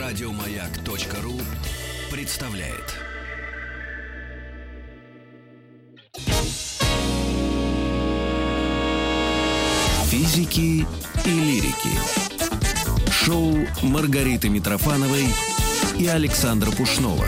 Радиомаяк.ру представляет. Физики и лирики. Шоу Маргариты Митрофановой и Александра Пушнова.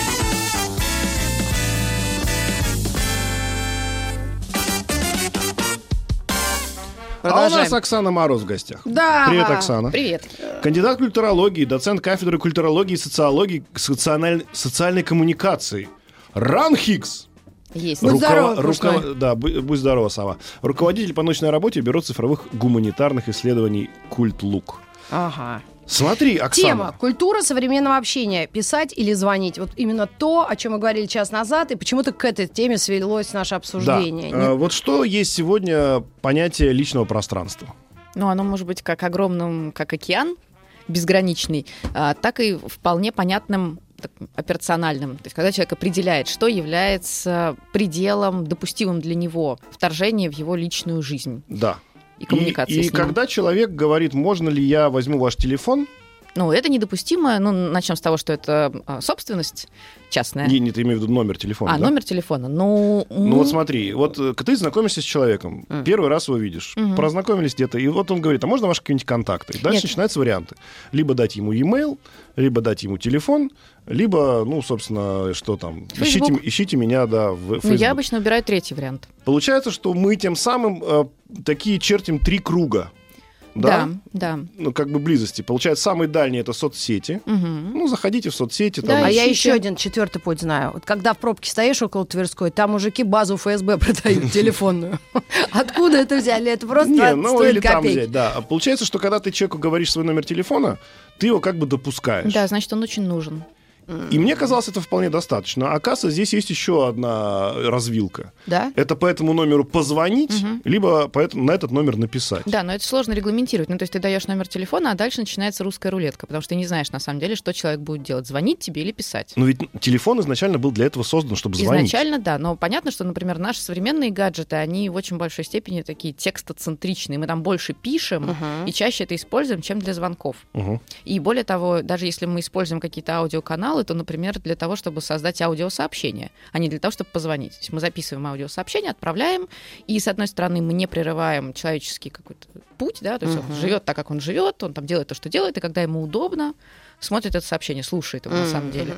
А у нас Оксана Мороз в гостях. Да. Привет, Оксана. Привет. Кандидат культурологии, доцент кафедры культурологии и социологии, социальной коммуникации. РАНХИКС. Есть. Будь здорова, Да, будь здорова, Сава. Руководитель по научной работе Бюро цифровых гуманитарных исследований «Культлук». Ага. Смотри, Оксана. Тема «Культура современного общения. Писать или звонить». Вот именно то, о чем мы говорили час назад, и почему-то к этой теме свелось наше обсуждение. Да. Вот что есть сегодня понятие личного пространства? Ну, оно может быть как огромным, как океан безграничный, так и вполне понятным операциональным. То есть когда человек определяет, что является пределом допустимым для него вторжения в его личную жизнь. Да. И коммуникации и с ним. Когда человек говорит, можно ли я возьму ваш телефон? Ну, это недопустимо. Ну, начнем с того, что это собственность частная. Не, ты имеешь в виду номер телефона, да? Номер телефона. Ну, вот смотри, вот ты знакомишься с человеком, первый раз его видишь, познакомились где-то, и вот он говорит, а можно ваши какие-нибудь контакты? И дальше начинаются варианты. Либо дать ему e-mail, либо дать ему телефон, либо, ну, собственно, что там, ищите меня, да, в Facebook. Ну, я обычно выбираю третий вариант. Получается, что мы тем самым такие чертим 3 круга. Да? Да. Ну, как бы близости. Получается, самый дальний — это соцсети. Ну, заходите в соцсети. Да, там... а я еще один четвертый путь знаю. Вот когда в пробке стоишь около Тверской, там мужики базу ФСБ продают телефонную. Откуда это взяли? Это просто стоит копейки. Да. Получается, что когда ты человеку говоришь свой номер телефона, ты его как бы допускаешь. Да, значит, он очень нужен. И мне казалось, это вполне достаточно. Оказывается, здесь есть еще одна развилка. Да? Это по этому номеру позвонить, либо на этот номер написать. Да, но это сложно регламентировать. Ну, то есть ты даешь номер телефона, а дальше начинается русская рулетка, потому что ты не знаешь, на самом деле, что человек будет делать, звонить тебе или писать. Но ведь телефон изначально был для этого создан, чтобы звонить. Изначально, да. Но понятно, что, например, наши современные гаджеты, они в очень большой степени такие текстоцентричные. Мы там больше пишем и чаще это используем, чем для звонков. И более того, даже если мы используем какие-то аудиоканалы, то, например, для того, чтобы создать аудиосообщение, а не для того, чтобы позвонить. То есть мы записываем аудиосообщение, отправляем, и, с одной стороны, мы не прерываем человеческий какой-то путь, да, то есть он живет так, как он живет, он там делает то, что делает, и когда ему удобно, смотрит это сообщение, слушает его на самом деле.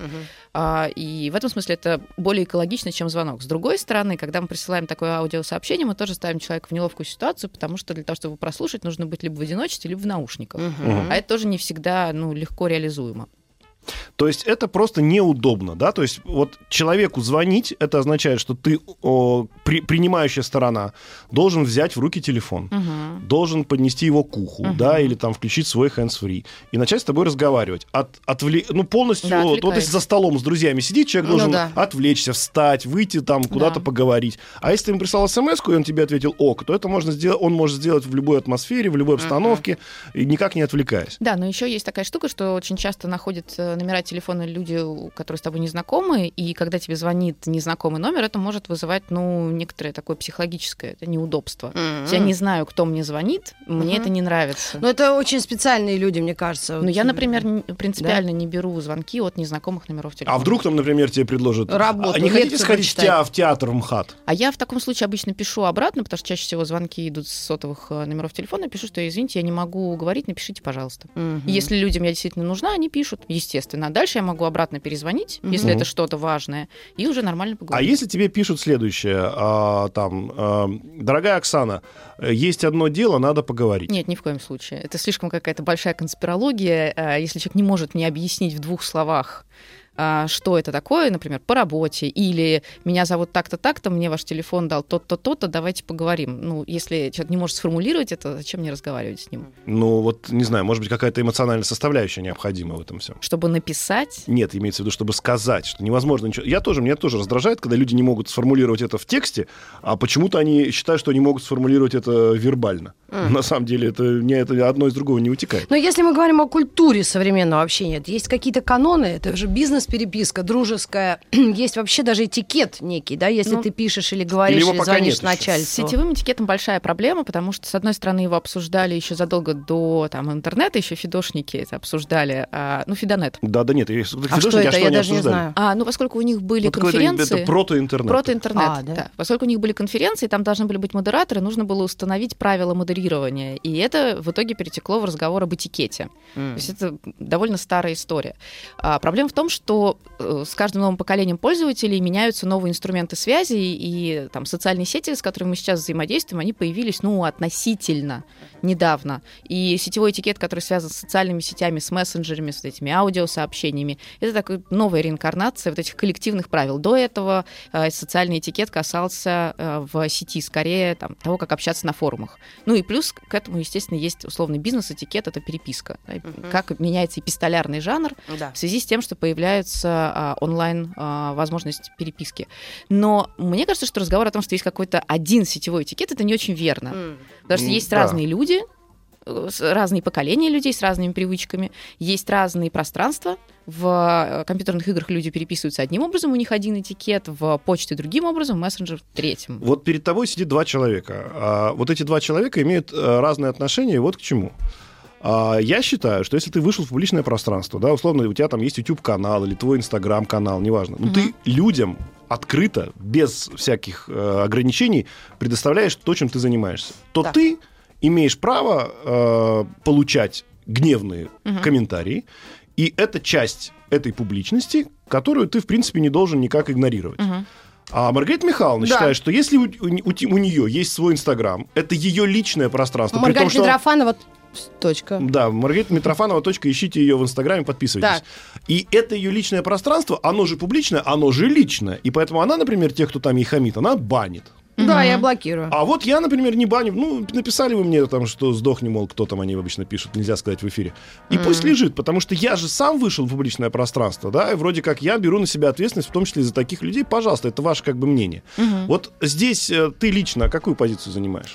И в этом смысле это более экологично, чем звонок. С другой стороны, когда мы присылаем такое аудиосообщение, мы тоже ставим человека в неловкую ситуацию, потому что для того, чтобы прослушать, нужно быть либо в одиночестве, либо в наушниках. А это тоже не всегда легко реализуемо. То есть это просто неудобно, да? То есть вот человеку звонить, это означает, что ты, принимающая сторона, должен взять в руки телефон, должен поднести его к уху, да, или там включить свой hands-free и начать с тобой разговаривать. Полностью, да, вот если за столом с друзьями сидит, человек должен отвлечься, встать, выйти там куда-то поговорить. А если ты ему прислал смс-ку, и он тебе ответил ок, то это он может сделать в любой атмосфере, в любой обстановке, и никак не отвлекаясь. Да, но еще есть такая штука, что очень часто находят номера телефона люди, которые с тобой не знакомы, и когда тебе звонит незнакомый номер, это может вызывать, некоторое такое психологическое неудобство. Я не знаю, кто мне звонит, мне это не нравится. Но это очень специальные люди, мне кажется. Я, например, принципиально не беру звонки от незнакомых номеров телефона. А вдруг там, например, тебе предложат... Работу, не хотите сходить в театр в МХАТ? А я в таком случае обычно пишу обратно, потому что чаще всего звонки идут с сотовых номеров телефона, пишу, что, извините, я не могу говорить, напишите, пожалуйста. Если людям я действительно нужна, они пишут, естественно. Дальше я могу обратно перезвонить, если это что-то важное, и уже нормально поговорить. А если тебе пишут следующее, дорогая Оксана, есть одно дело, надо поговорить. Нет, ни в коем случае. Это слишком какая-то большая конспирология. Если человек не может мне объяснить в 2 словах, что это такое, например, по работе, или меня зовут так-то, так-то, мне ваш телефон дал то-то, то-то, давайте поговорим. Если человек не может сформулировать это, зачем мне разговаривать с ним? Не знаю, может быть, какая-то эмоциональная составляющая необходима в этом всем. Чтобы написать? Нет, имеется в виду, чтобы сказать, что невозможно ничего. Меня тоже раздражает, когда люди не могут сформулировать это в тексте, а почему-то они считают, что они могут сформулировать это вербально. На самом деле, это одно из другого не утекает. Но если мы говорим о культуре современного общения, есть какие-то каноны, это же бизнес бизнес-переписка, дружеская, есть вообще даже этикет некий, да, если ты пишешь или говоришь, или звонишь начальству. С сетевым этикетом большая проблема, потому что, с одной стороны, его обсуждали еще задолго до интернета, еще фидошники это обсуждали, Фидонет. Да, нет, что это? Я даже не знаю. Поскольку у них были конференции... Это протоинтернет. Протоинтернет, да. Поскольку у них были конференции, там должны были быть модераторы, нужно было установить правила модерирования, и это в итоге перетекло в разговор об этикете. То есть это довольно старая история. Проблема в том, что с каждым новым поколением пользователей меняются новые инструменты связи, и социальные сети, с которыми мы сейчас взаимодействуем, они появились, относительно недавно. И сетевой этикет, который связан с социальными сетями, с мессенджерами, с этими аудиосообщениями, это такая новая реинкарнация вот этих коллективных правил. До этого социальный этикет касался в сети скорее того, как общаться на форумах. И плюс к этому, естественно, есть условный бизнес-этикет, это переписка. Как меняется эпистолярный жанр в связи с тем, что появляется онлайн возможность переписки. Но мне кажется, что разговор о том, что есть какой-то один сетевой этикет, это не очень верно. Потому что есть разные люди, разные поколения людей с разными привычками, есть разные пространства. В компьютерных играх люди переписываются одним образом, у них один этикет, в почте другим образом, в мессенджер третьим. Вот перед тобой сидит два человека. А вот эти два человека имеют разные отношения, вот к чему. Я считаю, что если ты вышел в публичное пространство, да, условно, у тебя там есть YouTube-канал или твой Instagram-канал, неважно, но ты людям открыто, без всяких ограничений предоставляешь то, чем ты занимаешься, то ты имеешь право получать гневные комментарии, и это часть этой публичности, которую ты, в принципе, не должен никак игнорировать. А Маргарита Михайловна считает, что если у нее есть свой Инстаграм, это ее личное пространство. Маргарита Митрофанова... Точка. Да, Маргарита Митрофанова. Ищите ее в Инстаграме, подписывайтесь. Так. И это ее личное пространство, оно же публичное, оно же личное. И поэтому она, например, тех, кто там ей хамит, она банит. Да, я блокирую. А вот я, например, не баню. Написали вы мне что сдохни, мол, кто там они обычно пишут, нельзя сказать в эфире. И пусть лежит, потому что я же сам вышел в публичное пространство, да, и вроде как я беру на себя ответственность, в том числе и за таких людей. Пожалуйста, это ваше мнение. Вот здесь ты лично какую позицию занимаешь?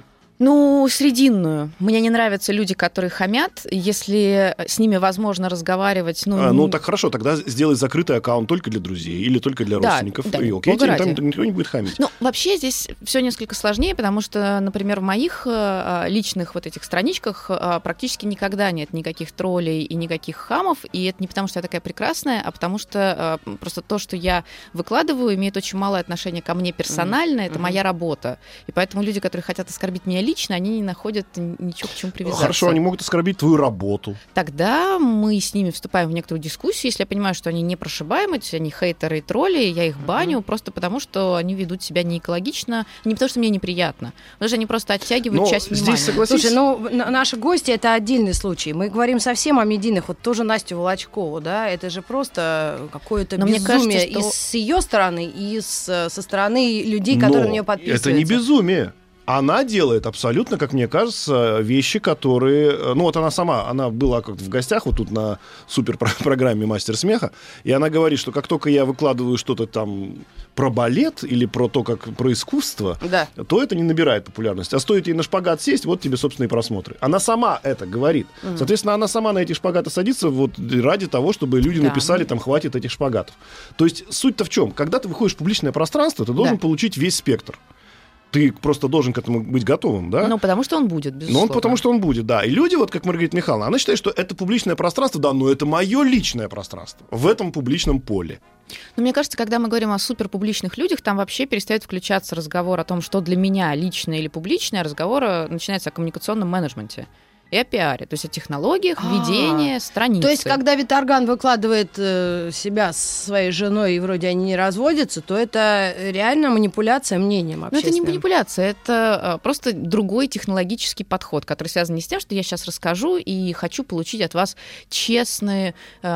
Срединную. Мне не нравятся люди, которые хамят. Если с ними возможно разговаривать... так хорошо, тогда сделай закрытый аккаунт только для друзей или только для родственников. Да, и окей, там никто не будет хамить. Вообще здесь все несколько сложнее, потому что, например, в моих личных этих страничках практически никогда нет никаких троллей и никаких хамов. И это не потому, что я такая прекрасная, а потому что просто то, что я выкладываю, имеет очень малое отношение ко мне персонально. Это моя работа. И поэтому люди, которые хотят оскорбить меня лично, они не находят ничего, к чему привязаться. Хорошо, они могут оскорбить твою работу. Тогда мы с ними вступаем в некоторую дискуссию. Если я понимаю, что они непрошибаемые, то есть они хейтеры и тролли, я их баню просто потому, что они ведут себя не экологично, не потому, что мне неприятно, потому что они просто оттягивают часть внимания. Слушай, наши гости — это отдельный случай. Мы говорим совсем о медийных. Вот тоже Настю Волочкову, да, это же просто какое-то безумие, кажется, что... и с ее стороны, и со стороны людей, которые на нее подписываются. Это не безумие. Она делает абсолютно, как мне кажется, вещи, которые... она была как-то в гостях вот тут на суперпрограмме «Мастер смеха», и она говорит, что как только я выкладываю что-то там про балет или про искусство, то это не набирает популярность. А стоит ей на шпагат сесть, вот тебе собственные просмотры. Она сама это говорит. Соответственно, она сама на эти шпагаты садится ради того, чтобы люди написали, хватит этих шпагатов. То есть суть-то в чем? Когда ты выходишь в публичное пространство, ты должен получить весь спектр. Ты просто должен к этому быть готовым, да? Потому что он будет, безусловно. Потому что он будет, да. И люди, как Маргарита Михайловна, она считает, что это публичное пространство, да, но это мое личное пространство в этом публичном поле. Мне кажется, когда мы говорим о суперпубличных людях, там вообще перестает включаться разговор о том, что для меня личное или публичное, разговор начинается о коммуникационном менеджменте и о пиаре, то есть о технологиях, ведении, страницы. То есть, когда Виторган выкладывает себя с своей женой, и вроде они не разводятся, то это реально манипуляция мнением общественным. Это не манипуляция, это просто другой технологический подход, который связан не с тем, что я сейчас расскажу и хочу получить от вас честные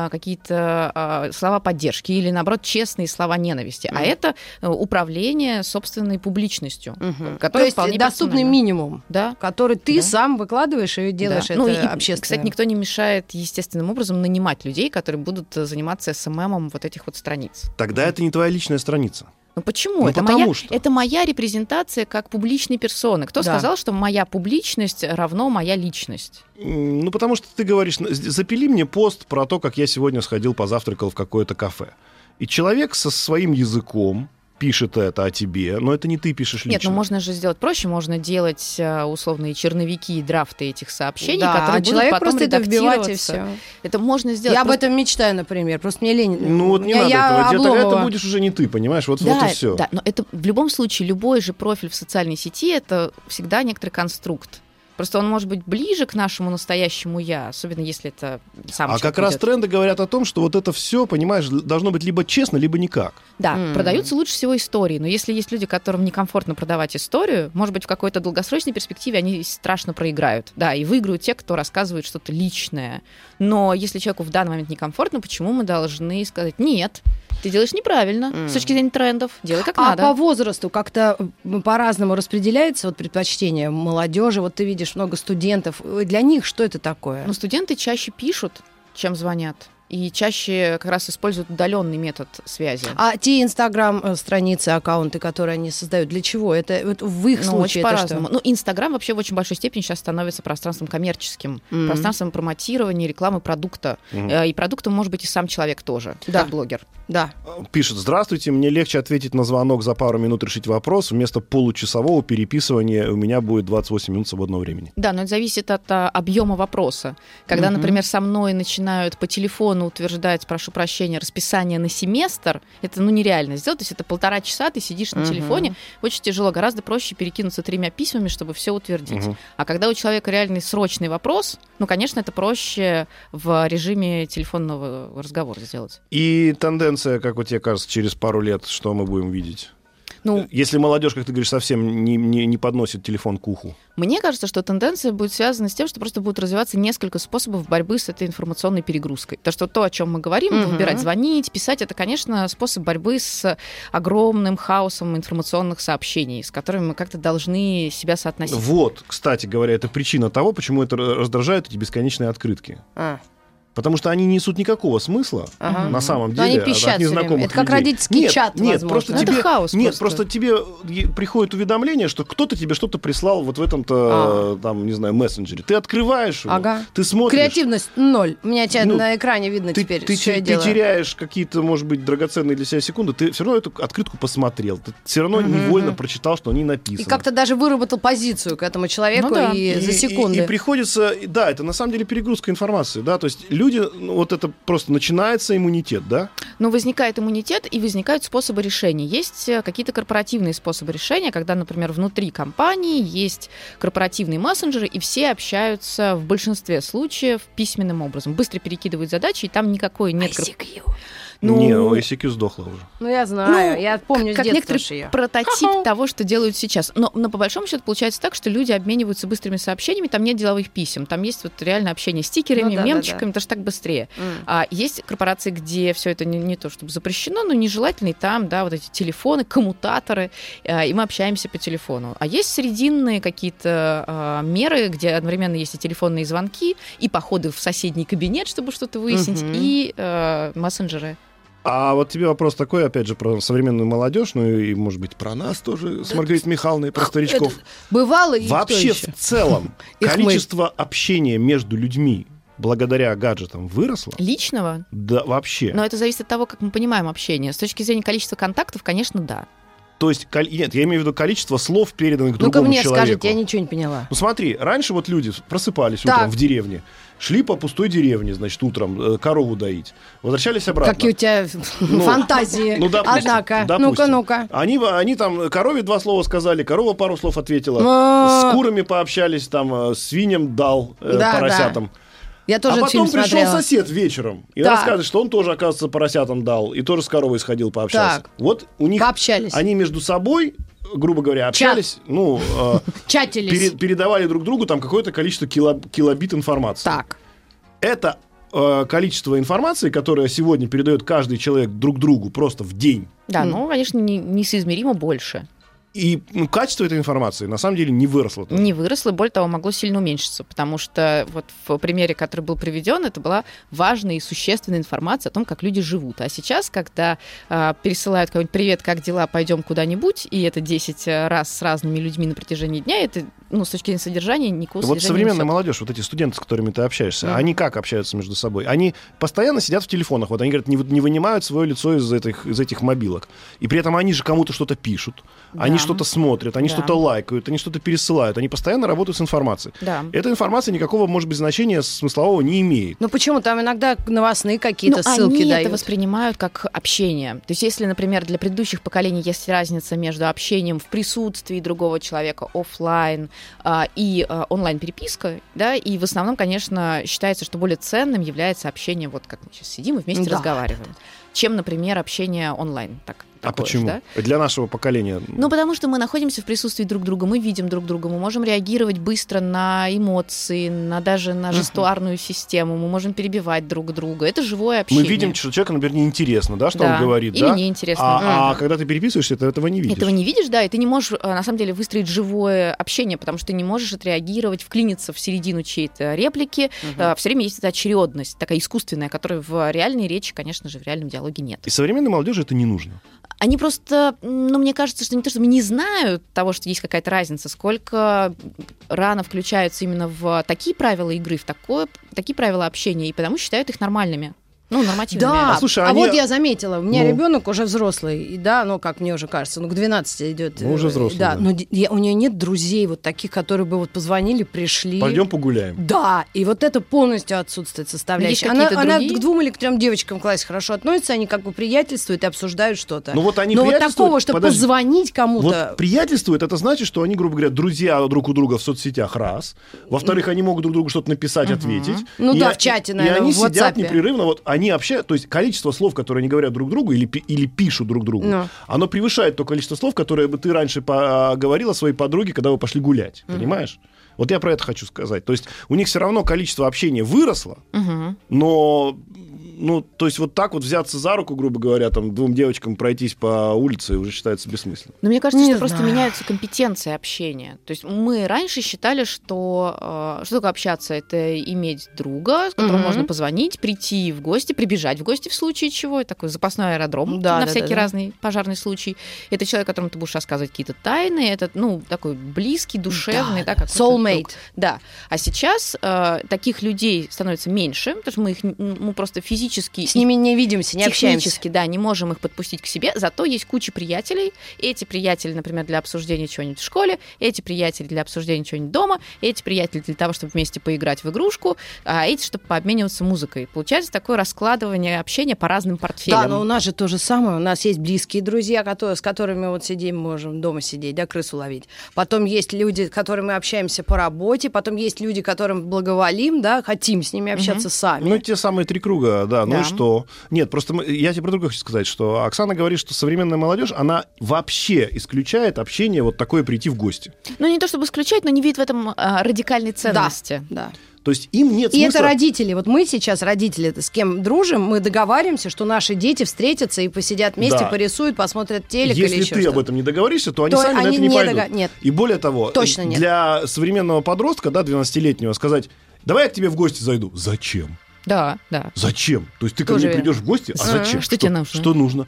какие-то слова поддержки или, наоборот, честные слова ненависти, а это управление собственной публичностью. То есть доступный минимум, который ты сам выкладываешь и делаешь это общественно. Кстати, никто не мешает естественным образом нанимать людей, которые будут заниматься СММом этих страниц. Тогда это не твоя личная страница. Ну почему? Это моя репрезентация как публичной персоны. Кто сказал, что моя публичность равно моя личность? Ну, потому что ты говоришь, запили мне пост про то, как я сегодня сходил, позавтракал в какое-то кафе. И человек со своим языком пишет это о тебе, но это не ты пишешь лично. Нет, ну можно же сделать проще, можно делать условные черновики и драфты этих сообщений, которые будут потом редактироваться. И все. Это можно сделать. Я об этом мечтаю, например, просто мне лень. Ну вот не надо этого, тогда это будешь уже не ты, понимаешь, вот и все. Да, но это в любом случае любой же профиль в социальной сети это всегда некоторый конструкт. Просто он может быть ближе к нашему настоящему «я», особенно если это сам человек. А как раз тренды говорят о том, что вот это все, понимаешь, должно быть либо честно, либо никак. Да, продаются лучше всего истории, но если есть люди, которым некомфортно продавать историю, может быть, в какой-то долгосрочной перспективе они страшно проиграют. Да, и выиграют те, кто рассказывает что-то личное. Но если человеку в данный момент некомфортно, почему мы должны сказать «нет»? Ты делаешь неправильно с точки зрения трендов. Делай как надо. А по возрасту как-то по-разному распределяется вот предпочтение молодежи? Вот ты видишь много студентов. Для них что это такое? Ну, студенты чаще пишут, чем звонят. И чаще как раз используют удаленный метод связи. А те Инстаграм-страницы, аккаунты, которые они создают, для чего? Это вот в их случае это что? Ну, Инстаграм вообще в очень большой степени сейчас становится пространством коммерческим, пространством промотирования, рекламы продукта. И продуктом может быть и сам человек тоже, как блогер. Да. Пишет: здравствуйте, мне легче ответить на звонок за пару минут, решить вопрос. Вместо получасового переписывания у меня будет 28 минут свободного времени. Да, но это зависит от объема вопроса. Когда, например, со мной начинают по телефону утверждать, прошу прощения, расписание на семестр, это нереально сделать. То есть это 1,5 часа ты сидишь на телефоне, очень тяжело. Гораздо проще перекинуться 3 письмами, чтобы все утвердить. А когда у человека реальный срочный вопрос, конечно, это проще в режиме телефонного разговора сделать. И тенденция, как вот тебе кажется, через пару лет, что мы будем видеть? Если молодежь, как ты говоришь, совсем не подносит телефон к уху. Мне кажется, что тенденция будет связана с тем, что просто будут развиваться несколько способов борьбы с этой информационной перегрузкой. Потому что то, о чем мы говорим, выбирать, звонить, писать, это, конечно, способ борьбы с огромным хаосом информационных сообщений, с которыми мы как-то должны себя соотносить. Вот, кстати говоря, это причина того, почему это раздражают эти бесконечные открытки. Потому что они не несут никакого смысла на самом деле от незнакомых людей. Это как родительский чат, возможно. Просто тебе, это хаос. Просто тебе приходит уведомление, что кто-то тебе что-то прислал вот в этом-то, там, не знаю, мессенджере. Ты открываешь его, ты смотришь. Креативность 0. У меня на экране видно теперь, что я делаю. Ты теряешь какие-то, может быть, драгоценные для себя секунды, ты все равно эту открытку посмотрел. Ты все равно невольно прочитал, что они написаны. И как-то даже выработал позицию к этому человеку за секунды. И приходится, да, это на самом деле перегрузка информации, да, то есть люди, вот это просто начинается иммунитет, да? Возникает иммунитет, и возникают способы решения. Есть какие-то корпоративные способы решения, когда, например, внутри компании есть корпоративные мессенджеры, и все общаются в большинстве случаев письменным образом. Быстро перекидывают задачи, и там никакой нет... ICQ. ICQ сдохла уже. Я знаю, я помню с детства. Как некоторый прототип того, что делают сейчас. Но по большому счету получается так, что люди обмениваются быстрыми сообщениями, там нет деловых писем, там есть вот реально общение стикерами, мемчиками, потому что так быстрее. А есть корпорации, где все это не то чтобы запрещено, но нежелательно, и там, да, вот эти телефоны, коммутаторы, и мы общаемся по телефону. А есть срединные какие-то меры, где одновременно есть и телефонные звонки, и походы в соседний кабинет, чтобы что-то выяснить, и мессенджеры. А вот тебе вопрос такой, опять же, про современную молодежь, и, может быть, про нас тоже, с Маргаритой Михайловной, про старичков. Бывало и вообще в целом количество общения между людьми благодаря гаджетам выросло? Личного? Да, вообще. Но это зависит от того, как мы понимаем общение. С точки зрения количества контактов, конечно, да. То есть, нет, я имею в виду количество слов, переданных другому человеку. Ну-ка мне скажите, я ничего не поняла. Смотри, раньше вот люди просыпались утром в деревне, шли по пустой деревне, значит, утром корову доить, возвращались обратно. Какие у тебя фантазии. Однако, ну-ка. Они там корове 2 слова сказали, корова пару слов ответила, с курами пообщались, там, свиньям дал, поросятам. Я тоже потом пришел сосед вечером и рассказывает, что он тоже, оказывается, поросятам дал, и тоже с коровой сходил, пообщался. Так. Вот у них пообщались. Они между собой, грубо говоря, общались, чатились. Передавали друг другу там какое-то количество килобит информации. Так. Это количество информации, которое сегодня передает каждый человек друг другу просто в день. Да, конечно, несоизмеримо больше. И качество этой информации на самом деле не выросло. Не выросло, более того, могло сильно уменьшиться, потому что вот в примере, который был приведен, это была важная и существенная информация о том, как люди живут. А сейчас, когда пересылают какой-нибудь «Привет, как дела? Пойдем куда-нибудь», и это 10 раз с разными людьми на протяжении дня, это, с точки зрения содержания, никакого содержания. Вот современная молодежь, вот эти студенты, с которыми ты общаешься, они как общаются между собой? Они постоянно сидят в телефонах, вот они говорят, не вынимают свое лицо из этих мобилок. И при этом они же кому-то что-то пишут, они что-то смотрят, они что-то лайкают, они что-то пересылают, они постоянно работают с информацией. Да. Эта информация никакого, может быть, значения смыслового не имеет. Ну почему? Там иногда новостные какие-то ссылки они дают. Это воспринимают как общение. То есть если, например, для предыдущих поколений есть разница между общением в присутствии другого человека, офлайн, и онлайн-переписка, да, и в основном, конечно, считается, что более ценным является общение, вот как мы сейчас сидим и вместе разговариваем, чем, например, общение онлайн. А почему? Да? Для нашего поколения. Потому что мы находимся в присутствии друг друга, мы видим друг друга, мы можем реагировать быстро на эмоции, даже на жестуарную систему, мы можем перебивать друг друга. Это живое общение. Мы видим, что человеку, например, неинтересно, да, что он говорит. Или неинтересно. А когда ты переписываешься, ты этого не видишь. Этого не видишь, да, и ты не можешь, на самом деле, выстроить живое общение, потому что ты не можешь отреагировать, вклиниться в середину чьей-то реплики. Все время есть эта очередность, такая искусственная, которой в реальной речи, конечно же, в реальном диалоге нет. И современной молодежи это не нужно. Они просто, мне кажется, что не то, чтобы не знают того, что есть какая-то разница, сколько рано включаются именно в такие правила игры, в такие правила общения, и потому считают их нормальными. Нормативными. Да, слушай, вот я заметила, у меня ребенок уже взрослый, и да, как мне уже кажется, к 12 идет. Уже взрослый. Да, но у нее нет друзей вот таких, которые бы вот позвонили, пришли. Пойдем погуляем. Да, и вот это полностью отсутствует составляющая. Она к 2 или к 3 девочкам в классе хорошо относится, они как бы приятельствуют и обсуждают что-то. Но вот такого, чтобы позвонить кому-то. Вот приятельствуют, это значит, что они, грубо говоря, друзья друг у друга в соцсетях, раз. Во-вторых, они могут друг другу что-то написать, ответить. В чате, наверное, и они в WhatsApp. сидят непрерывно, они общаются, то есть количество слов, которые они говорят друг другу или пишут друг другу, оно превышает то количество слов, которые бы ты раньше говорила своей подруге, когда вы пошли гулять, понимаешь? Вот я про это хочу сказать. То есть у них все равно количество общения выросло, но... то есть вот так вот взяться за руку, грубо говоря, 2 девочкам пройтись по улице уже считается бессмысленным. Мне кажется, что просто меняются компетенции общения. То есть мы раньше считали, что такое общаться? Это иметь друга, с которым можно позвонить, прийти в гости, прибежать в гости в случае чего. Это такой запасной аэродром на всякий разный пожарный случай. Это человек, которому ты будешь рассказывать какие-то тайны. Это, такой близкий, душевный. Да, как soulmate. Да. А сейчас таких людей становится меньше, потому что мы просто физически с ними не видимся, не общаемся. Технически, да, не можем их подпустить к себе, зато есть куча приятелей. Эти приятели, например, для обсуждения чего-нибудь в школе, эти приятели для обсуждения чего-нибудь дома, эти приятели для того, чтобы вместе поиграть в игрушку, а эти, чтобы пообмениваться музыкой. Получается такое раскладывание общения по разным портфелям. Да, но у нас же то же самое. У нас есть близкие друзья, с которыми вот сидим, можем дома сидеть, да, крысу ловить. Потом есть люди, с которыми мы общаемся по работе, потом есть люди, которым благоволим, да, хотим с ними общаться сами. Те самые 3 круга, да. Ну и что? Нет, просто я тебе про другое хочу сказать, что Оксана говорит, что современная молодежь, она вообще исключает общение вот такое прийти в гости. Не то чтобы исключать, но не видит в этом радикальной ценности. Да. То есть им нет смысла... И это родители. Вот мы сейчас, родители, с кем дружим, мы договариваемся, что наши дети встретятся и посидят вместе, порисуют, посмотрят телек или еще что-то. Если ты об этом не договоришься, то они сами на это не пойдут. Нет. И более того, для современного подростка, 12-летнего, сказать, давай я к тебе в гости зайду. Зачем? Да. Зачем? То есть ты ко мне придешь в гости, а зачем? Что тебе нужно? Что нужно?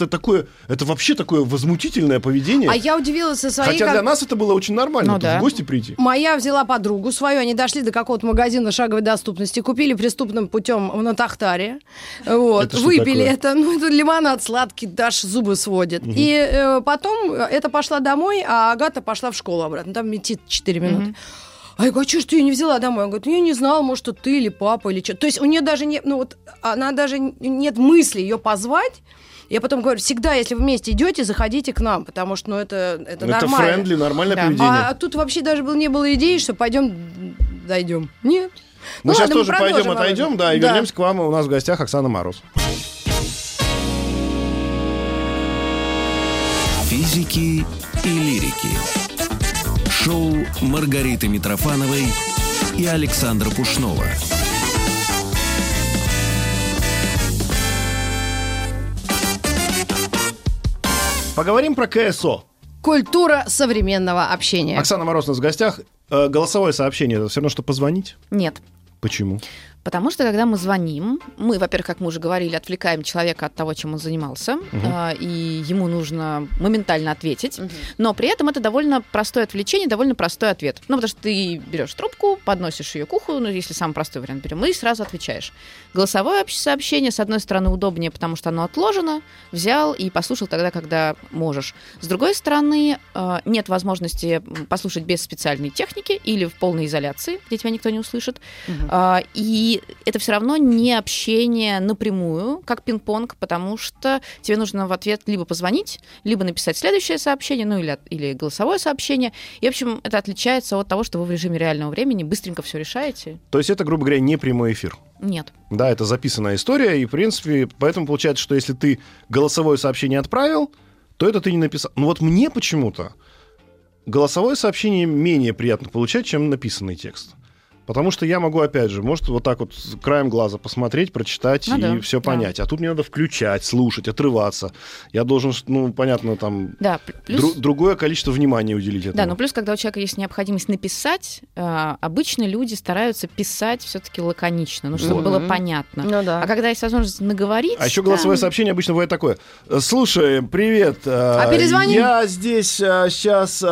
Это вообще такое возмутительное поведение. А я удивилась со своей... Хотя для нас это было очень нормально, в гости прийти. Моя взяла подругу свою, они дошли до какого-то магазина шаговой доступности, купили преступным путем на Тахтаре, выпили это, это лимонад сладкий, даже зубы сводит. И потом это пошла домой, а Агата пошла в школу обратно, там идти 4 минуты. А я говорю, что ж ты ее не взяла домой? Он говорит, я не знала, может, что ты или папа, или что. То есть у нее даже нет, она даже нет мысли ее позвать. Я потом говорю, всегда, если вы вместе идете, заходите к нам, потому что, это нормально. Это френдли, нормальное поведение. А тут вообще даже не было идеи, что пойдем, дойдем. Нет. Мы сейчас тоже пойдем, отойдем, и вернемся к вам. У нас в гостях Оксана Мороз. Физики и лирики. Шоу Маргариты Митрофановой и Александра Пушнова. Поговорим про КСО. Культура современного общения. Оксана Мороз у нас в гостях. Голосовое сообщение — это все равно, что позвонить? Нет. Почему? Потому что, когда мы звоним, мы, во-первых, как мы уже говорили, отвлекаем человека от того, чем он занимался, и ему нужно моментально ответить, но при этом это довольно простое отвлечение, довольно простой ответ. Ну, потому что ты берешь трубку, подносишь ее к уху, ну, если самый простой вариант берем, и сразу отвечаешь. Голосовое сообщение, с одной стороны, удобнее, потому что оно отложено, взял и послушал тогда, когда можешь. С другой стороны, нет возможности послушать без специальной техники или в полной изоляции, где тебя никто не услышит. И это все равно не общение напрямую, как пинг-понг, потому что тебе нужно в ответ либо позвонить, либо написать следующее сообщение, ну или голосовое сообщение. И, в общем, это отличается от того, что вы в режиме реального времени быстренько все решаете. То есть это, грубо говоря, не прямой эфир? Нет. Да, это записанная история, и, в принципе, поэтому получается, что если ты голосовое сообщение отправил, то это ты не написал. Но вот мне почему-то голосовое сообщение менее приятно получать, чем написанный текст. Потому что я могу, опять же, может, вот так вот краем глаза посмотреть, прочитать и все понять. А тут мне надо включать, слушать, отрываться. Я должен, ну, понятно, там другое количество внимания уделить этому. Да, но плюс, когда у человека есть необходимость написать, обычно люди стараются писать все-таки лаконично, ну, чтобы было понятно. Ну, да. А когда есть возможность наговорить... А еще голосовое сообщение обычно бывает такое. Слушай, привет. Перезвони. Я здесь сейчас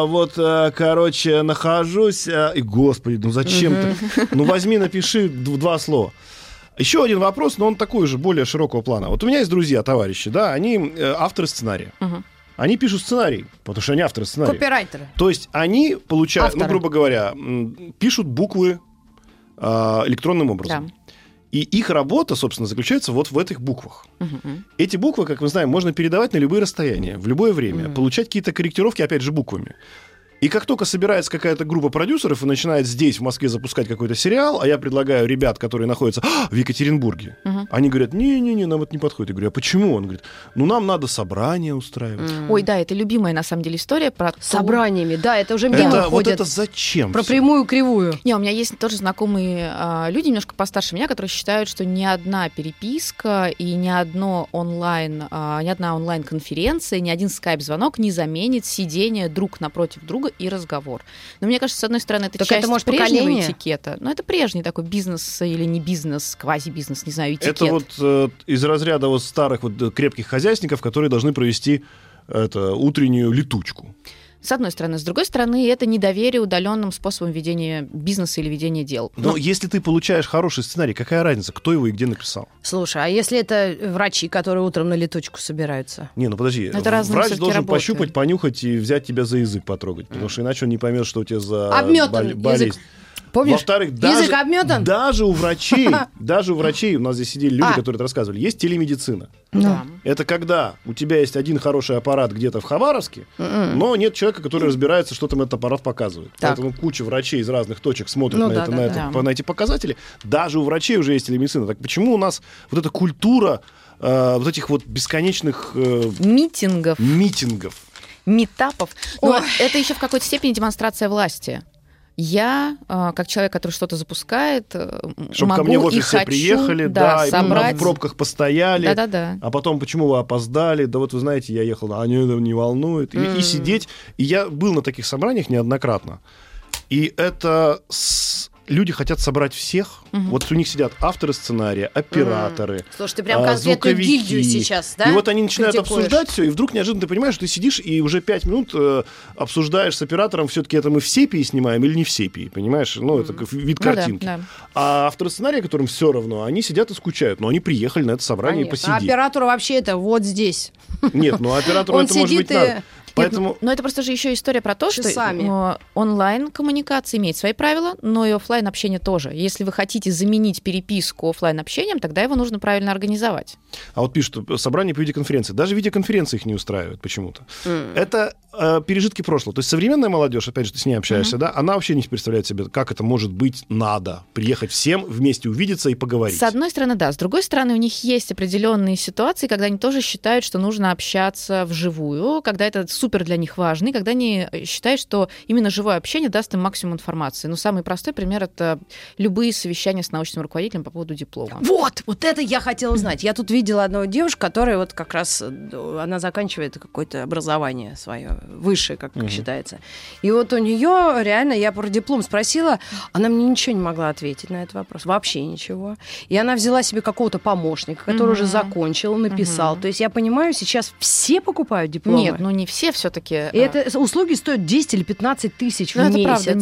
короче, нахожусь. И, господи, ну зачем? Ну, возьми, напиши 2 слова. Еще один вопрос, но он такой же, более широкого плана. Вот у меня есть друзья, товарищи, да, они авторы сценария. Они пишут сценарий, потому что они авторы сценария. Копирайтеры. То есть они получают, ну, грубо говоря, пишут буквы электронным образом. Да. И их работа, собственно, заключается вот в этих буквах. Эти буквы, как мы знаем, можно передавать на любые расстояния, в любое время, получать какие-то корректировки, опять же, буквами. И как только собирается какая-то группа продюсеров и начинает здесь, в Москве, запускать какой-то сериал, а я предлагаю ребят, которые находятся в Екатеринбурге, они говорят, не-не-не, нам это не подходит. Я говорю, а почему? Он говорит, ну, нам надо собрание устраивать. Ой, да, это любимая, на самом деле, история про... Собраниями, да, это уже мимо ходят. Вот это зачем? Про прямую кривую. Не, у меня есть тоже знакомые люди, немножко постарше меня, которые считают, что ни одна переписка и ни одна онлайн-конференция, ни один скайп-звонок не заменит сидение друг напротив друга и разговор. Но мне кажется, с одной стороны, это часть прежнего этикета, но это прежний такой бизнес или не бизнес, квази-бизнес, не знаю, этикет. Это вот из разряда вот старых вот крепких хозяйственников, которые должны провести утреннюю летучку. С одной стороны. С другой стороны, это недоверие удаленным способом ведения бизнеса или ведения дел. Но если ты получаешь хороший сценарий, какая разница, кто его и где написал? Слушай, а если это врачи, которые утром на летучку собираются? Не, ну подожди. Врач должен пощупать, понюхать и взять тебя за язык потрогать, потому что иначе он не поймет, что у тебя за болезнь. Помнишь, во-вторых, язык обметан? Даже у врачей, у нас здесь сидели люди, которые это рассказывали, есть телемедицина. Да. Это когда у тебя есть один хороший аппарат где-то в Хабаровске, но нет человека, который разбирается, что там этот аппарат показывает. Так. Поэтому куча врачей из разных точек смотрят на эти показатели. Даже у врачей уже есть телемедицина. Так почему у нас вот эта культура вот этих вот бесконечных... Митингов. Митапов. Но это еще в какой-то степени демонстрация власти. Я, как человек, который что-то запускает, чтобы ко мне в офис все приехали, собрать... и в пробках постояли, да. А потом, почему вы опоздали, да вот вы знаете, я ехал, они не волнует, и сидеть. И я был на таких собраниях неоднократно, и это... Люди хотят собрать всех. Вот у них сидят авторы сценария, операторы, Слушай, ты прям конкретную гильдию сейчас, да? И вот они начинают обсуждать все, и вдруг неожиданно ты понимаешь, что ты сидишь и уже 5 минут обсуждаешь с оператором, все-таки это мы в сепии снимаем или не в сепии, понимаешь? Ну, это вид картинки. Да. А авторы сценария, которым все равно, они сидят и скучают, но они приехали на это собрание посидеть. А оператору вообще это вот здесь. Нет, ну оператору это может быть надо. Поэтому... Но это просто же еще история про то, что онлайн-коммуникация имеет свои правила, но и офлайн-общение тоже. Если вы хотите заменить переписку офлайн-общением, тогда его нужно правильно организовать. А вот пишут, собрание по видеоконференции. Даже видеоконференции их не устраивают почему-то. Это пережитки прошлого. То есть современная молодежь, опять же, ты с ней общаешься, да, она вообще не представляет себе, как это может быть надо. Приехать всем, вместе увидеться и поговорить. С одной стороны, да. С другой стороны, у них есть определенные ситуации, когда они тоже считают, что нужно общаться вживую, когда это супер для них важны, когда они считают, что именно живое общение даст им максимум информации. Ну, самый простой пример — это любые совещания с научным руководителем по поводу диплома. Вот это я хотела знать. Я тут видела одну девушку, которая вот как раз, она заканчивает какое-то образование свое, высшее, как считается. И вот у нее реально, я про диплом спросила, она мне ничего не могла ответить на этот вопрос, вообще ничего. И она взяла себе какого-то помощника, который уже закончил, написал. То есть я понимаю, сейчас все покупают дипломы. Нет, ну не все все-таки. И это услуги стоят 10 или 15 тысяч в месяц. Это правда,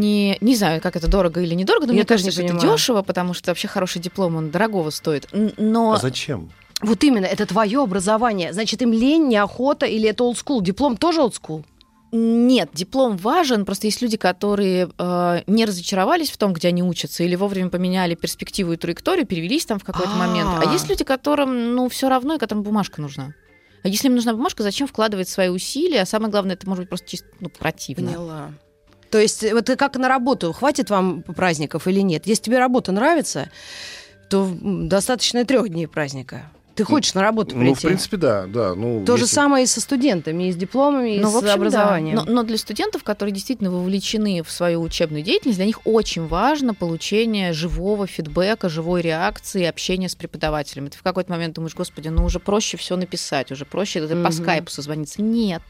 не знаю, как это дорого или недорого, но я мне кажется, что это дешево, потому что вообще хороший диплом, он дорогого стоит. Но... А зачем? Вот именно, это твое образование. Значит, им лень, неохота, или это олдскул? Диплом тоже олдскул? Нет, диплом важен, просто есть люди, которые не разочаровались в том, где они учатся, или вовремя поменяли перспективу и траекторию, перевелись там в какой-то момент. А есть люди, которым, все равно, и которым бумажка нужна. А если им нужна бумажка, зачем вкладывать свои усилия? А самое главное, это может быть просто чисто противно. Поняла. То есть вот как на работу, хватит вам праздников или нет? Если тебе работа нравится, то достаточно 3 дней праздника. Ты хочешь на работу прийти? Ну, в принципе, да. То же самое и со студентами, и с дипломами, и с образованием. Да. Но для студентов, которые действительно вовлечены в свою учебную деятельность, для них очень важно получение живого фидбэка, живой реакции, общения с преподавателями. Ты в какой-то момент думаешь, господи, уже проще все написать, уже проще по скайпу созвониться. Нет.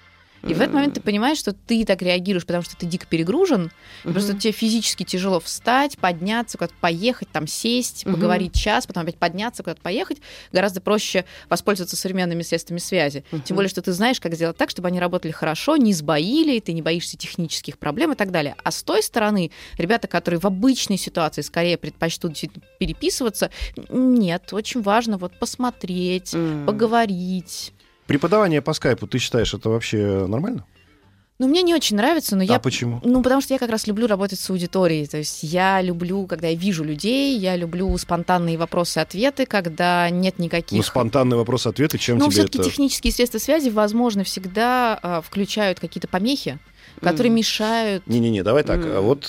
И в этот момент ты понимаешь, что ты так реагируешь, потому что ты дико перегружен, и просто тебе физически тяжело встать, подняться, куда-то поехать, там сесть, поговорить час, потом опять подняться, куда-то поехать. Гораздо проще воспользоваться современными средствами связи. Тем более, что ты знаешь, как сделать так, чтобы они работали хорошо, не сбоили, ты не боишься технических проблем и так далее. А с той стороны, ребята, которые в обычной ситуации скорее предпочтут переписываться, нет, очень важно посмотреть, поговорить. Преподавание по скайпу, ты считаешь, это вообще нормально? Мне не очень нравится, но я... почему? Потому что я как раз люблю работать с аудиторией. То есть я люблю, когда я вижу людей, я люблю спонтанные вопросы-ответы, когда нет никаких... спонтанные вопросы-ответы, чем тебе все-таки это... технические средства связи, возможно, всегда включают какие-то помехи, которые мешают... Не-не-не, давай так.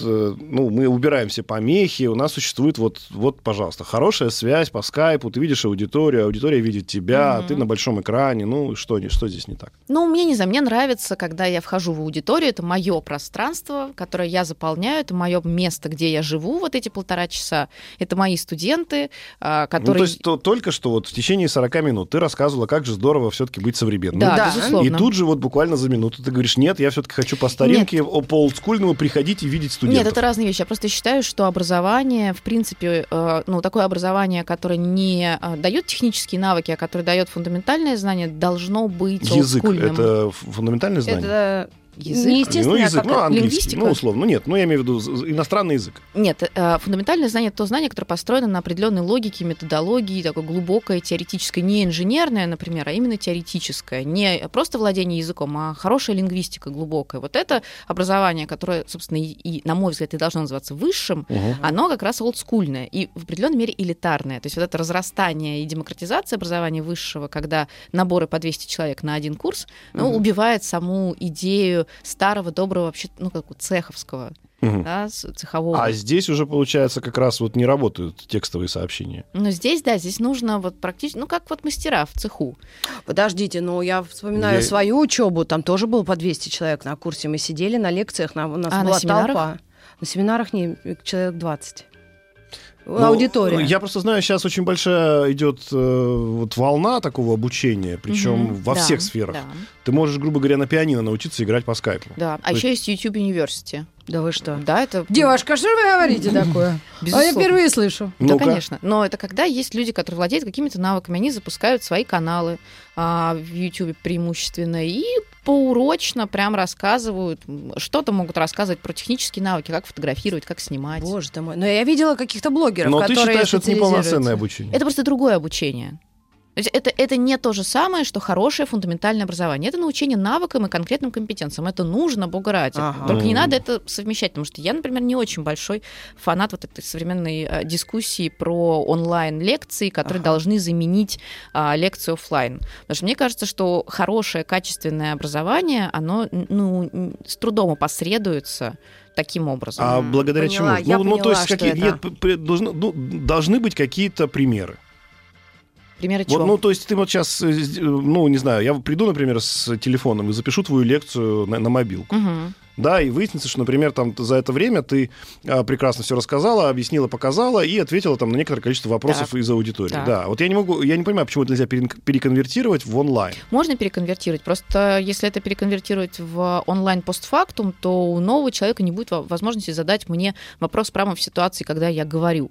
Мы убираем все помехи, у нас существует пожалуйста, хорошая связь по скайпу, ты видишь аудиторию, аудитория видит тебя, ты на большом экране, что здесь не так? Мне не знаю, мне нравится, когда я вхожу в аудиторию, это мое пространство, которое я заполняю, это мое место, где я живу эти 1,5 часа, это мои студенты, которые... то есть только что в течение 40 минут ты рассказывала, как же здорово все-таки быть современным. Да, безусловно. И тут же буквально за минуту ты говоришь, нет, я все-таки хочу по старинке, по олдскульному приходить и видеть студентов. Нет, это разные вещи. Я просто считаю, что образование, в принципе, такое образование, которое не дает технические навыки, а которое дает фундаментальное знание, должно быть олдскульным. Язык — это фундаментальное знание? Это... Язык. Не естественно, язык, английский. Лингвистика. Условно. Нет, я имею в виду иностранный язык. Нет, фундаментальное знание — это то знание, которое построено на определенной логике, методологии, такое глубокое, теоретическое, не инженерное, например, а именно теоретическое. Не просто владение языком, а хорошая лингвистика глубокая. Это образование, которое, собственно, и на мой взгляд, и должно называться высшим, оно как раз олдскульное и в определенной мере элитарное. То есть это разрастание и демократизация образования высшего, когда наборы по 200 человек на один курс, убивает саму идею старого, доброго, вообще, цеховского, цехового. А здесь уже, получается, как раз не работают текстовые сообщения. Здесь нужно практически, как мастера в цеху. Подождите, я вспоминаю свою учебу, там тоже было по 200 человек на курсе, мы сидели на лекциях, у нас была на семинарах? толпа. На семинарах человек 20. Аудитория. Я просто знаю, сейчас очень большая идет волна такого обучения, причем во всех сферах. Да. Ты можешь, грубо говоря, на пианино научиться играть по скайпу. Да, еще есть YouTube University. Да вы что? Да, это... Девушка, что вы говорите такое? А я впервые слышу. Да, конечно. Но это когда есть люди, которые владеют какими-то навыками, они запускают свои каналы в YouTube преимущественно и поурочно прям рассказывают, что-то могут рассказывать про технические навыки, как фотографировать, как снимать. Боже ты мой. Но я видела каких-то блогеров, которые Но ты считаешь, это неполноценное обучение? Это просто другое обучение. То есть это не то же самое, что хорошее фундаментальное образование. Это научение навыкам и конкретным компетенциям. Это нужно, бога ради. Только не надо это совмещать, потому что я, например, не очень большой фанат этой современной дискуссии про онлайн-лекции, которые должны заменить лекцию офлайн. Потому что мне кажется, что хорошее, качественное образование, оно с трудом опосредуется таким образом. А благодаря чему? Я поняла, то есть должны быть какие-то примеры. Примеры чего? Вот, ну, то есть ты вот сейчас, ну, не знаю, я приду, например, с телефоном и запишу твою лекцию на мобилку. Да, и выяснится, что, например, там за это время ты прекрасно все рассказала, объяснила, показала и ответила там на некоторое количество вопросов из аудитории. Так. Да, вот я не понимаю, почему это нельзя переконвертировать в онлайн. Можно переконвертировать, просто если это переконвертировать в онлайн постфактум, то у нового человека не будет возможности задать мне вопрос прямо в ситуации, когда я говорю.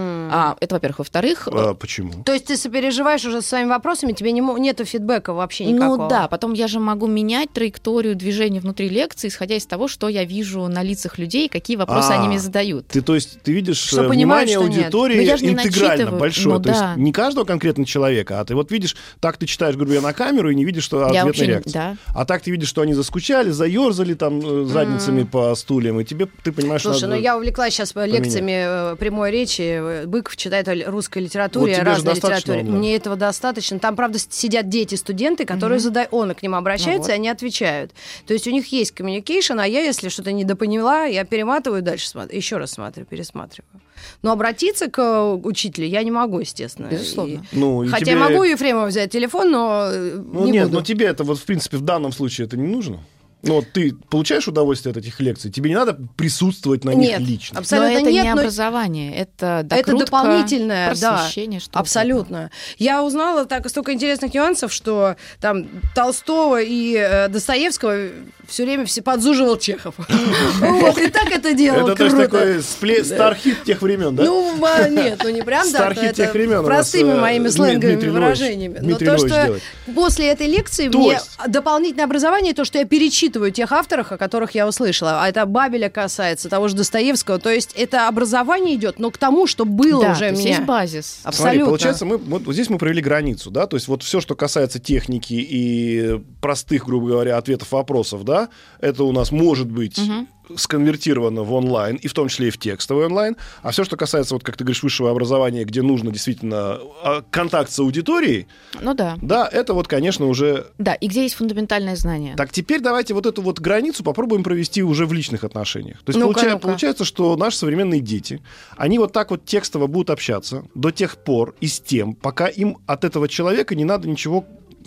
Это, во-первых. Во-вторых... Почему? То есть ты сопереживаешь уже с своими вопросами, тебе нету фидбэка вообще никакого? Ну да, потом я же могу менять траекторию движения внутри лекции, исходя из того, что я вижу на лицах людей, какие вопросы они мне задают. То есть ты видишь что внимание аудитории интегрально большое. Ну, то есть не каждого конкретного человека, а ты вот видишь, так ты читаешь, говорю, я на камеру и не видишь, что ответная реакция. Да. А так ты видишь, что они заскучали, заерзали там задницами по стульям, и ты понимаешь, что Слушай, ну я увлеклась сейчас лекциями прямой речи. Быков читает о русской литературе, вот разной литературе. Мне этого достаточно. Там, правда, сидят дети, студенты, которые он к ним обращается, и они отвечают. То есть у них есть коммуникейшн, а я, если что-то недопоняла, я перематываю дальше, еще раз смотрю, пересматриваю. Но обратиться к учителю я не могу, естественно. Безусловно. Хотя я могу у Ефремова взять телефон, но не буду. Но тебе это вот, в принципе, в данном случае это не нужно? Но ты получаешь удовольствие от этих лекций? Тебе не надо присутствовать на них лично? Абсолютно но это нет. не образование, это докрутка, это дополнительное, просвещение. Да, абсолютно. Я узнала столько интересных нюансов, что там Толстого и Достоевского все время подзуживал Чехов. Вот, и так это делал это круто. Это такой стархит тех времен, да? Ну, нет, не прям так. Стархит тех времен. Простыми моими сленговыми выражениями. Но то, что после этой лекции мне дополнительное образование, то, что я перечитываю тех авторов, о которых я услышала. А это Бабеля касается, того же Достоевского. То есть это образование идет, но к тому, что было уже у меня. Есть базис. Абсолютно. Смотри, получается, вот здесь мы провели границу, да, то есть вот все, что касается техники и простых, грубо говоря, ответов вопросов, да, это у нас может быть сконвертировано в онлайн, и в том числе и в текстовый онлайн. А все, что касается, вот как ты говоришь, высшего образования, где нужно действительно контакт с аудиторией, да, это вот, конечно, уже... Да, и где есть фундаментальное знание. Так, теперь давайте вот эту вот границу попробуем провести уже в личных отношениях. То есть получается, что наши современные дети, они вот так вот текстово будут общаться до тех пор и с тем, пока им от этого человека не надо ничего,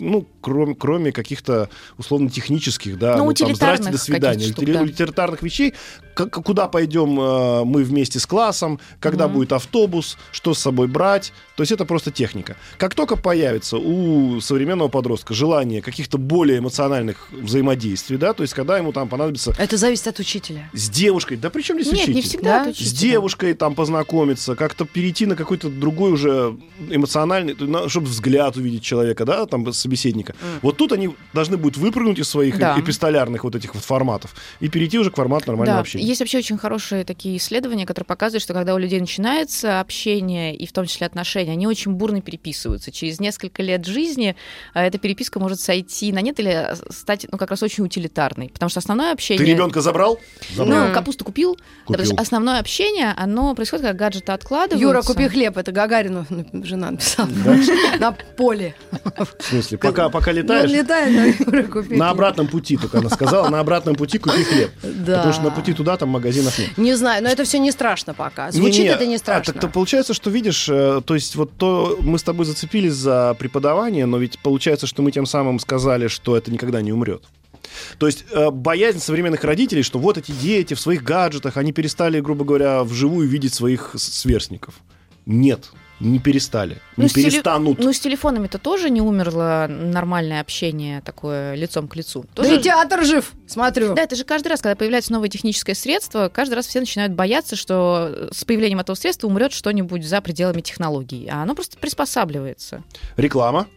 кроме каких-то условно-технических, да, утилитарных, до свидания, утилитарных вещей, куда пойдем мы вместе с классом, когда будет автобус, что с собой брать, то есть это просто техника. Как только появится у современного подростка желание каких-то более эмоциональных взаимодействий, да, то есть когда ему там понадобится... Это зависит от учителя. С девушкой, да при чем здесь учитель? Нет, не всегда от учителя. С девушкой там познакомиться, как-то перейти на какой-то другой уже эмоциональный, чтобы взгляд увидеть человека, да, там, собеседника. Вот тут они должны будут выпрыгнуть из своих эпистолярных вот этих вот форматов и перейти уже к формату нормального общения. Есть вообще очень хорошие такие исследования, которые показывают, что когда у людей начинается общение, и в том числе отношения, они очень бурно переписываются. Через несколько лет жизни эта переписка может сойти на нет или стать, как раз очень утилитарной. Потому что основное общение... Ты ребенка забрал? Капусту купил. Да, основное общение, оно происходит, когда гаджеты откладываются. Юра, купи хлеб. Это Гагарину жена написала. На поле. В смысле? Пока летаешь? Летает, Юра, купи. На обратном пути, только она сказала, на обратном пути купи хлеб. Потому что на пути туда там магазинов нет. Не знаю, но это все не страшно пока. Звучит это не страшно. Так получается, что видишь, то есть вот мы с тобой зацепились за преподавание, но ведь получается, что мы тем самым сказали, что это никогда не умрет. То есть боязнь современных родителей, что вот эти дети в своих гаджетах, они перестали, грубо говоря, вживую видеть своих сверстников. Нет. Не перестали, не перестанут. С телефонами-то тоже не умерло нормальное общение такое лицом к лицу. Да и театр жив, смотрю. Да, это же каждый раз, когда появляется новое техническое средство, каждый раз все начинают бояться, что с появлением этого средства умрет что-нибудь за пределами технологий, а оно просто приспосабливается. Реклама.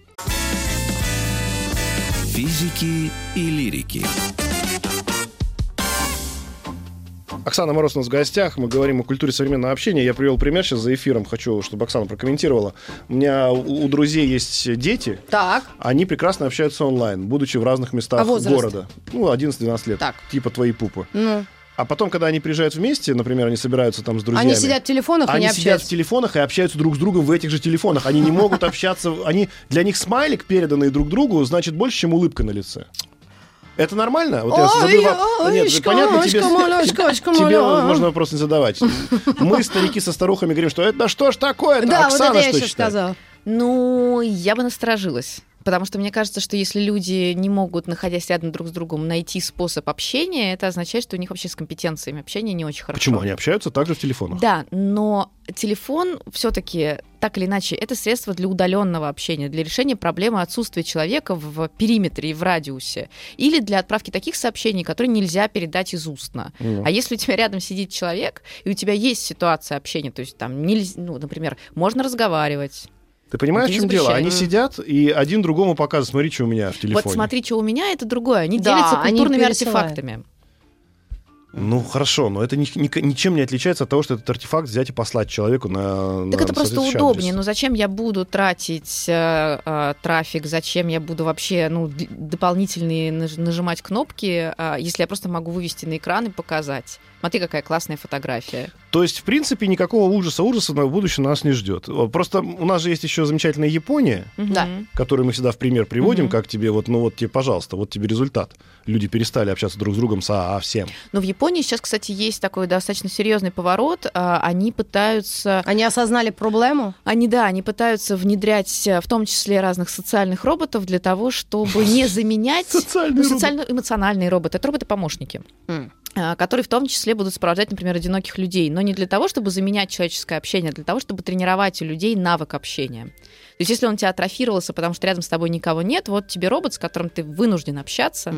Физики и лирики. Оксана Мороз у нас в гостях. Мы говорим о культуре современного общения. Я привел пример сейчас за эфиром. Хочу, чтобы Оксана прокомментировала. У меня у друзей есть дети. Так. Они прекрасно общаются онлайн, будучи в разных местах города. 11-12 лет. Так. Типа твои пупы. А потом, когда они приезжают вместе, например, они собираются там с друзьями. Они сидят в телефонах и не общаются. Они сидят в телефонах и общаются друг с другом в этих же телефонах. Они не могут общаться. Для них смайлик, переданный друг другу, значит больше, чем улыбка на лице. Это нормально? Вот Нет, понятно, тебе можно вопрос не задавать. Мы, старики со старухами, говорим, что это что ж такое? Да, Оксана, вот это я сейчас сказала. Ну, я бы насторожилась. Потому что мне кажется, что если люди не могут, находясь рядом друг с другом, найти способ общения, это означает, что у них вообще с компетенциями общения не очень хорошо. Почему? Они общаются также в телефонах. Да, но телефон все-таки так или иначе это средство для удаленного общения, для решения проблемы отсутствия человека в периметре и в радиусе, или для отправки таких сообщений, которые нельзя передать из устно. А если у тебя рядом сидит человек, и у тебя есть ситуация общения, то есть там, например, можно разговаривать. Ты понимаешь, в чем дело? Они сидят и один другому показывают, смотри, что у меня в телефоне. Вот смотри, что у меня, это другое. Они делятся культурными артефактами. Ну, хорошо, но это ничем не отличается от того, что этот артефакт взять и послать человеку на... Так это просто удобнее. Но зачем я буду тратить трафик, зачем я буду вообще дополнительные нажимать кнопки, если я просто могу вывести на экран и показать? Смотри, какая классная фотография. То есть, в принципе, никакого ужаса в будущем нас не ждет. Просто у нас же есть еще замечательная Япония, которую мы всегда в пример приводим, как тебе, тебе, пожалуйста, вот тебе результат. Люди перестали общаться друг с другом совсем. Но в Японии сейчас, кстати, есть такой достаточно серьезный поворот. Они пытаются... Они осознали проблему? Они пытаются внедрять в том числе разных социальных роботов для того, чтобы не заменять... Социально-эмоциональные роботы. Это роботы-помощники. Которые в том числе будут сопровождать, например, одиноких людей, но не для того, чтобы заменять человеческое общение, а для того, чтобы тренировать у людей навык общения. То есть если он у тебя атрофировался, потому что рядом с тобой никого нет, вот тебе робот, с которым ты вынужден общаться,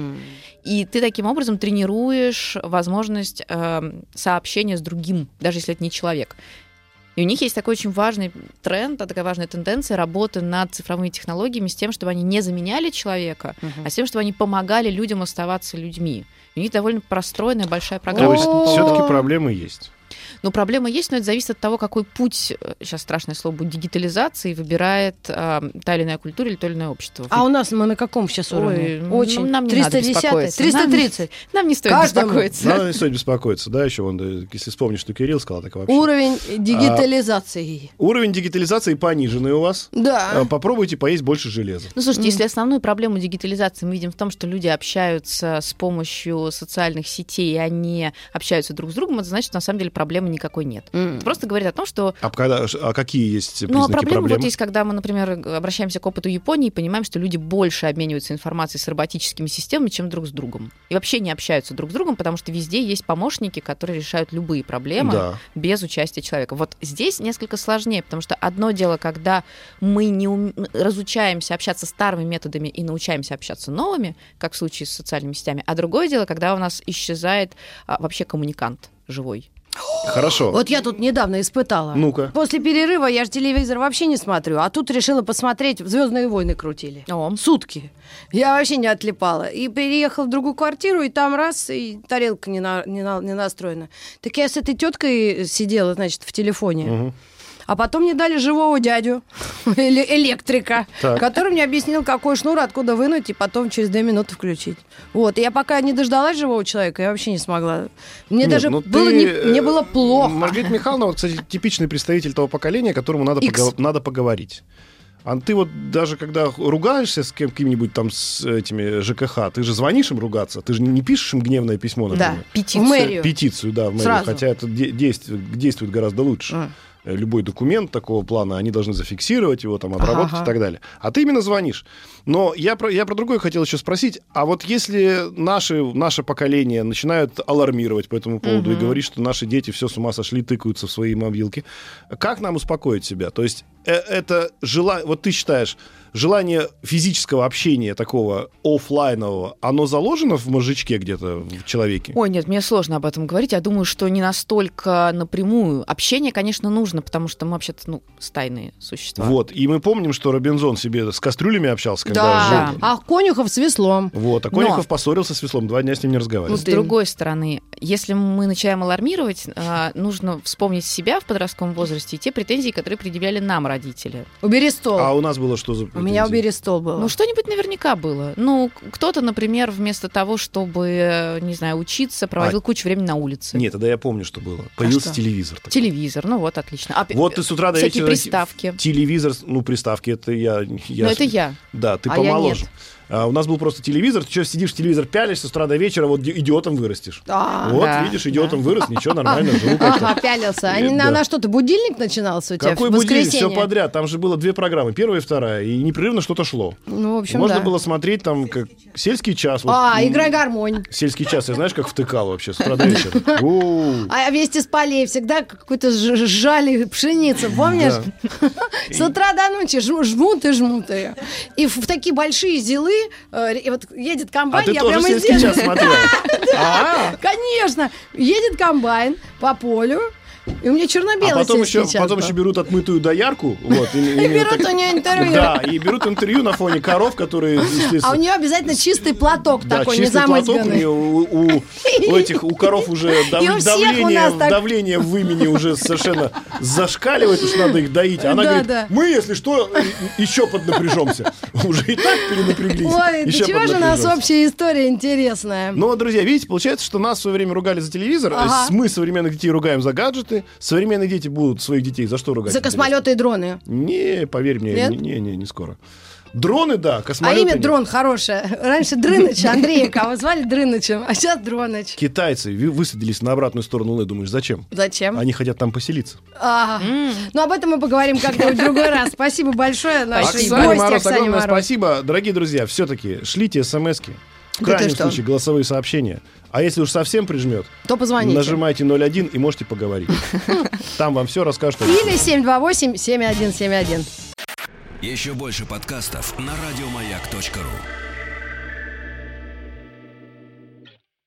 и ты таким образом тренируешь возможность сообщения с другим, даже если это не человек. И у них есть такой очень важный тренд, такая важная тенденция работы над цифровыми технологиями с тем, чтобы они не заменяли человека, а с тем, чтобы они помогали людям оставаться людьми. У них довольно простроенная большая программа. То есть все-таки проблемы есть. Ну, проблема есть, но это зависит от того, какой путь, сейчас страшное слово будет, дигитализации выбирает та или иная культура или то или иное общество. А у нас мы на каком сейчас уровне? Очень. Нам не надо беспокоиться. 330. Нам не стоит беспокоиться. Нам не стоит беспокоиться, да, еще если вспомнишь, что Кирилл сказал, так вообще. Уровень дигитализации. Уровень дигитализации пониженный у вас. Да. Попробуйте поесть больше железа. Ну, слушайте, если основную проблему дигитализации мы видим в том, что люди общаются с помощью социальных сетей, и они общаются друг с другом, это значит, что на самом деле проблемы никакой нет. Это просто говорит о том, что... А какие есть признаки проблемы? Вот есть, когда мы, например, обращаемся к опыту Японии и понимаем, что люди больше обмениваются информацией с роботическими системами, чем друг с другом. И вообще не общаются друг с другом, потому что везде есть помощники, которые решают любые проблемы без участия человека. Вот здесь несколько сложнее, потому что одно дело, когда мы не разучаемся общаться старыми методами и научаемся общаться новыми, как в случае с социальными сетями, а другое дело, когда у нас исчезает вообще коммуникант живой. Хорошо. Вот я тут недавно испытала. Ну-ка. После перерыва я же телевизор вообще не смотрю, а тут решила посмотреть, «Звездные войны» крутили. Сутки. Я вообще не отлипала. И переехала в другую квартиру, и там раз, и тарелка не настроена. Так я с этой теткой сидела, значит, в телефоне. Угу. А потом мне дали живого дядю, электрика, который мне объяснил, какой шнур, откуда вынуть, и потом через 2 минуты включить. Вот. И я пока не дождалась живого человека, я вообще не смогла. Мне мне было плохо. Маргарита Михайловна, кстати, типичный представитель того поколения, которому надо поговорить. А ты вот даже когда ругаешься с кем-нибудь там с этими ЖКХ, ты же звонишь им ругаться, ты же не пишешь им гневное письмо, например. Да, петицию. В мэрию. Петицию, да, в мэрию. Сразу. Хотя это действует гораздо лучше. Любой документ такого плана, они должны зафиксировать его, там, обработать и так далее. А ты именно звонишь. Но я про другое хотел еще спросить. А вот если наше поколение начинают алармировать по этому поводу и говорить, что наши дети все с ума сошли, тыкаются в свои мобилки, как нам успокоить себя? То есть это желание... Вот ты считаешь, желание физического общения такого офлайнового, оно заложено в мозжечке где-то в человеке? Ой, нет, мне сложно об этом говорить. Я думаю, что не настолько напрямую. Общение, конечно, нужно, потому что мы вообще-то, стайные существа. Вот, и мы помним, что Робинзон себе с кастрюлями общался, когда жил. А Конюхов с веслом. Вот, а Конюхов поссорился с веслом, 2 дня с ним не разговаривал. С другой стороны, если мы начинаем алармировать, нужно вспомнить себя в подростковом возрасте и те претензии, которые предъявляли нам родители. Убери стол. А у нас было что за претензии? У меня убери стол было. Что-нибудь наверняка было. Кто-то, например, вместо того, чтобы, не знаю, учиться, проводил кучу времени на улице. Нет, тогда я помню, что было. Появился телевизор. Такой. Телевизор, вот отлично. Вот ты с утра до вечера... приставки. Телевизор, приставки, это я. Но это я. Да, ты помоложе. У нас был просто телевизор, ты что, сидишь в телевизор, пялишься с утра до вечера, вот идиотом вырастешь. Вот, видишь, идиотом вырос, ничего, нормально, живу как-то. Ага, пялился. На что-то будильник начинался у тебя? Какой будильник? Все подряд. Там же было 2 программы, первая и вторая, и непрерывно что-то шло. Ну, в общем, можно было смотреть там как «Сельский час». «Играй гармонь». «Сельский час», я знаешь, как втыкал вообще с утра до вечера. А «Вести с полей» всегда какой-то жали пшеницу, помнишь? С утра до ночи жмут ее. И в такие большие зилы, и вот едет комбайн, я прямо здесь. А ты тоже «Сельский час» смотрел? Конечно. Едет комбайн по полю, и у меня черно-белый «Сельский час». Потом еще берут отмытую доярку. И берут у нее интервью. Да, и берут интервью на фоне коров, которые... А у нее обязательно чистый платок такой, не замызганный. У коров уже давление в вымени уже совершенно зашкаливает, уж надо их доить. Она говорит, мы, если что, еще поднапряжемся. Уже и так перенапряглись. Ой, чего же у нас общая история интересная? Ну, друзья, видите, получается, что нас в свое время ругали за телевизор, мы современных детей ругаем за гаджеты. Современные дети будут своих детей за что ругать? За космолеты и дроны. Не, поверь мне, не скоро. Дроны, да, космолеты. А имя Дрон хорошее. Раньше Дрыныч, Андрея, кого звали Дрынычем, а сейчас Дроныч. Китайцы высадились на обратную сторону Луны. Думаешь, зачем? Зачем? Они хотят там поселиться. Ну, об этом мы поговорим как-нибудь в другой раз. Спасибо большое нашей гости Оксане Мороз. Спасибо. Дорогие друзья, все-таки шлите смски. В крайнем случае голосовые сообщения. А если уж совсем прижмет, то позвоните. Нажимайте 01 и можете поговорить. Там вам все расскажут. Или 728-7171. Еще больше подкастов на радиомаяк.ру.